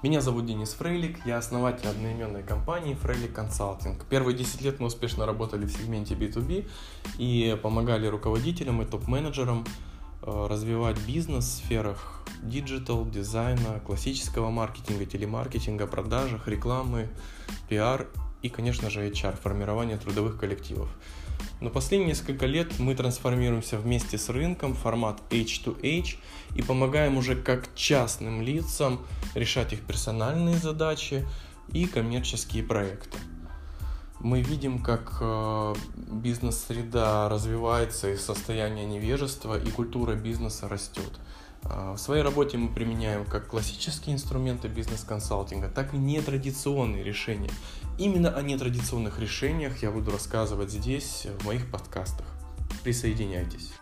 Меня зовут Денис Фрейлик, я основатель одноименной компании Frelik Consulting. Первые 10 лет мы успешно работали в сегменте B2B и помогали руководителям и топ-менеджерам развивать бизнес в сферах диджитал, дизайна, классического маркетинга, телемаркетинга, продажах, рекламы, пиар и, конечно же, HR, формирование трудовых коллективов. Но последние несколько лет мы трансформируемся вместе с рынком в формат H2H и помогаем уже как частным лицам решать их персональные задачи и коммерческие проекты. Мы видим, как бизнес-среда развивается из состояния невежества и культура бизнеса растет. В своей работе мы применяем как классические инструменты бизнес-консалтинга, так и нетрадиционные решения. Именно о нетрадиционных решениях я буду рассказывать здесь, в моих подкастах. Присоединяйтесь.